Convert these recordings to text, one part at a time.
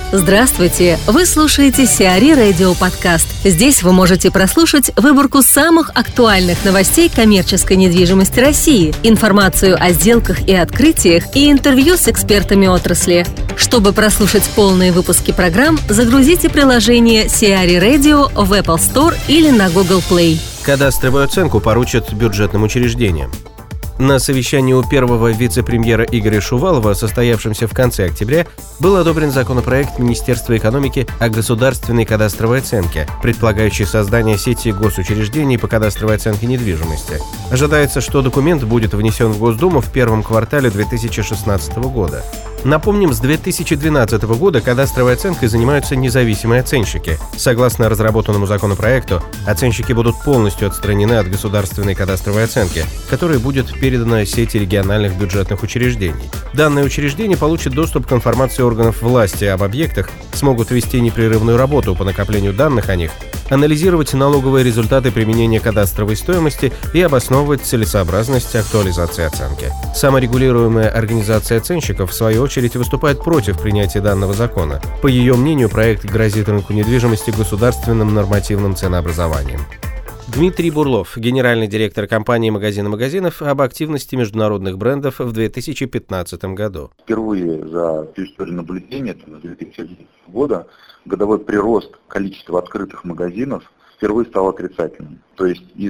Здравствуйте! Вы слушаете Сиари Радио Подкаст. Здесь вы можете прослушать выборку самых актуальных новостей коммерческой недвижимости России, информацию о сделках и открытиях и интервью с экспертами отрасли. Чтобы прослушать полные выпуски программ, загрузите приложение Сиари Radio в Apple Store или на Google Play. Кадастровую оценку поручат бюджетным учреждениям. На совещании у первого вице-премьера Игоря Шувалова, состоявшемся в конце октября, был одобрен законопроект Министерства экономики о государственной кадастровой оценке, предполагающий создание сети госучреждений по кадастровой оценке недвижимости. Ожидается, что документ будет внесен в Госдуму в первом квартале 2016 года. Напомним, с 2012 года кадастровой оценкой занимаются независимые оценщики. Согласно разработанному законопроекту, оценщики будут полностью отстранены от государственной кадастровой оценки, которая будет передана сети региональных бюджетных учреждений. Данные учреждения получат доступ к информации органов власти об объектах, смогут вести непрерывную работу по накоплению данных о них, анализировать налоговые результаты применения кадастровой стоимости и обосновывать целесообразность актуализации оценки. Саморегулируемая организация оценщиков, в свою очередь, выступает против принятия данного закона. По ее мнению, проект грозит рынку недвижимости государственным нормативным ценообразованием. Дмитрий Бурлов, генеральный директор компании «Магазины магазинов», об активности международных брендов в 2015 году. Впервые за всю историю наблюдения, с 2011 года, годовой прирост количества открытых магазинов впервые стал отрицательным. То есть из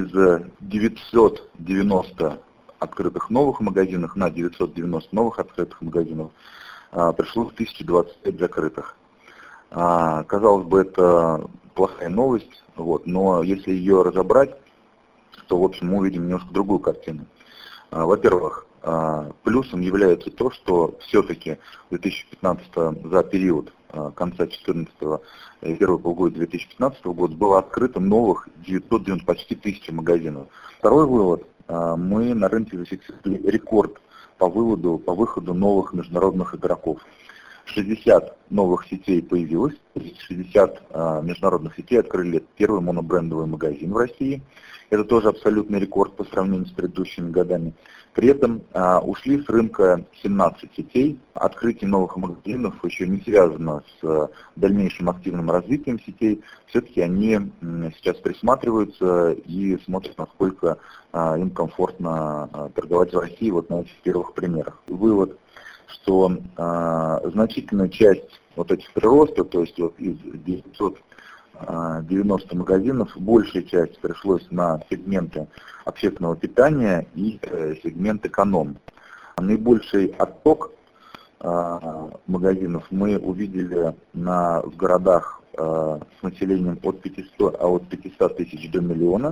990 открытых новых магазинов на 990 новых открытых магазинов пришло 1025 закрытых. Казалось бы, это плохая новость, но если ее разобрать, то, в общем, мы увидим немножко другую картину. Во-первых, плюсом является то, что все-таки в 2015 за период конца 2014 и первого полугодия 2015 года было открыто новых 990, почти 1000 магазинов. Второй вывод. Мы на рынке зафиксировали рекорд по выходу новых международных игроков. 60 новых сетей появилось, 60 международных сетей открыли первый монобрендовый магазин в России. Это тоже абсолютный рекорд по сравнению с предыдущими годами. При этом ушли с рынка 17 сетей. Открытие новых магазинов еще не связано с дальнейшим активным развитием сетей. Все-таки они сейчас присматриваются и смотрят, насколько им комфортно торговать в России на этих первых примерах. Вывод, что значительная часть этих приростов, то есть из 990 магазинов, большая часть пришлось на сегменты общественного питания и сегмент эконом. Наибольший отток магазинов мы увидели в городах с населением от 500 тысяч до миллиона.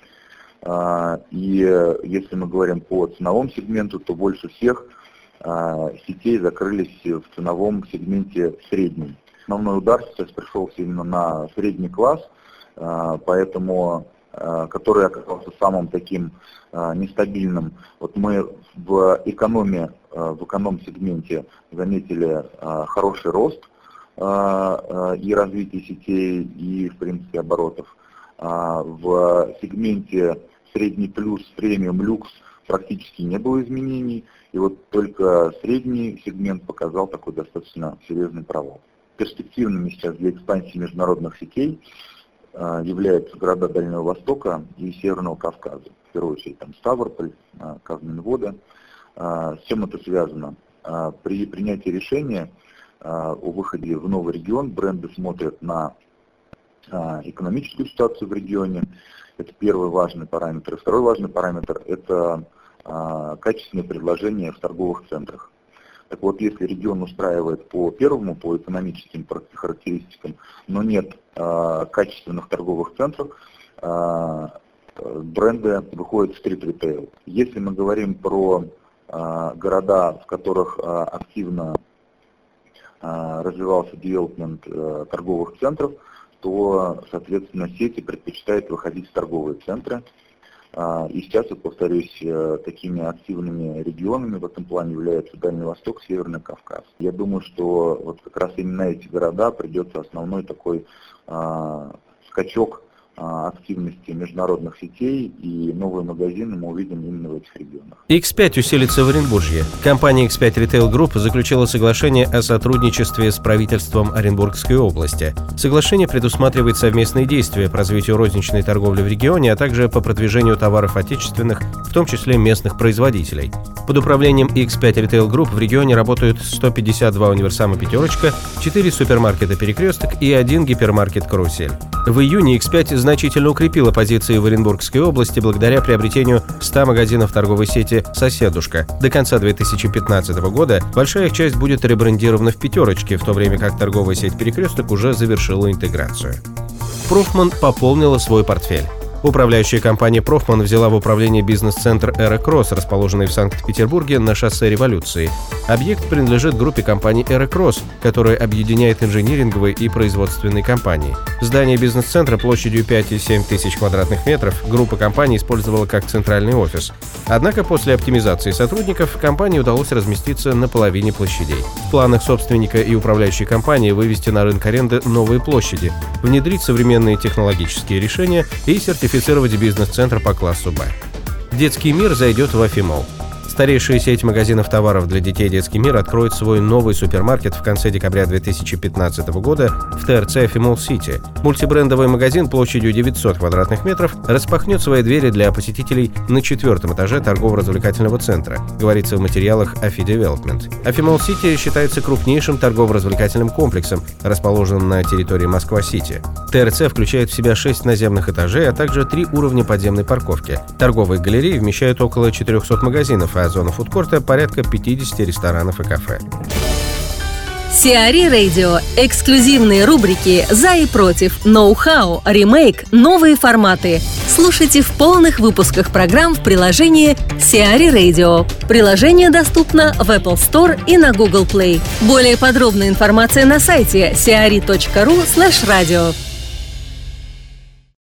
И если мы говорим по ценовому сегменту, то больше всех сетей закрылись в ценовом сегменте средний. Основной удар сейчас пришелся именно на средний класс, поэтому, который оказался самым таким нестабильным. Мы в эконом-сегменте заметили хороший рост и развитие сетей, и, в принципе, оборотов. В сегменте средний плюс, премиум, люкс практически не было изменений, и только средний сегмент показал такой достаточно серьезный провал. Перспективными сейчас для экспансии международных сетей являются города Дальнего Востока и Северного Кавказа. В первую очередь Ставрополь, Казминводы. С чем это связано? При принятии решения о выходе в новый регион бренды смотрят на экономическую ситуацию в регионе. Это первый важный параметр. И второй важный параметр – это качественные предложения в торговых центрах. Так вот, если регион устраивает по экономическим характеристикам, но нет качественных торговых центров, бренды выходят в стрит-ритейл. Если мы говорим про города, в которых активно развивался девелопмент торговых центров, то, соответственно, сети предпочитают выходить в торговые центры. И сейчас, повторюсь, такими активными регионами в этом плане являются Дальний Восток, Северный Кавказ. Я думаю, что как раз именно эти города придется основной такой скачок активности международных сетей, и новые магазины мы увидим именно в этих регионах. X5 усилится в Оренбуржье. Компания X5 Retail Group заключила соглашение о сотрудничестве с правительством Оренбургской области. Соглашение предусматривает совместные действия по развитию розничной торговли в регионе, а также по продвижению товаров отечественных, в том числе местных производителей. Под управлением X5 Retail Group в регионе работают 152 универсама «Пятерочка», 4 супермаркета «Перекресток» и 1 гипермаркет «Карусель». В июне X5 значительно укрепила позиции в Оренбургской области благодаря приобретению 100 магазинов торговой сети «Соседушка». До конца 2015 года большая их часть будет ребрендирована в «Пятерочке», в то время как торговая сеть «Перекресток» уже завершила интеграцию. Профман пополнила свой портфель. Управляющая компания «Профман» взяла в управление бизнес-центр «Эра Кросс», расположенный в Санкт-Петербурге на шоссе Революции. Объект принадлежит группе компаний «Эра Кросс», которая объединяет инжиниринговые и производственные компании. Здание бизнес-центра площадью 5,7 тысяч квадратных метров группа компаний использовала как центральный офис. Однако после оптимизации сотрудников компании удалось разместиться на половине площадей. В планах собственника и управляющей компании вывести на рынок аренды новые площади, внедрить современные технологические решения и сертифицировать бизнес-центр по классу «Б». Детский мир зайдет в Афимолл. Старейшая сеть магазинов товаров для детей «Детский мир» откроет свой новый супермаркет в конце декабря 2015 года в ТРЦ Афимолл Сити. Мультибрендовый магазин площадью 900 квадратных метров распахнет свои двери для посетителей на 4-м этаже торгово-развлекательного центра, говорится в материалах Афи Девелопмент. Афимолл Сити считается крупнейшим торгово-развлекательным комплексом, расположенным на территории Москва-Сити. ТРЦ включает в себя 6 наземных этажей, а также 3 уровня подземной парковки. Торговые галереи вмещают около 400 магазинов, а зона фудкорта порядка 50 ресторанов и кафе. Сиари Radio. Эксклюзивные рубрики «За и против», «Ноу-хау», «Ремейк», «Новые форматы». Слушайте в полных выпусках программ в приложении Сиари Radio. Приложение доступно в Apple Store и на Google Play. Более подробная информация на сайте siari.ru/radio.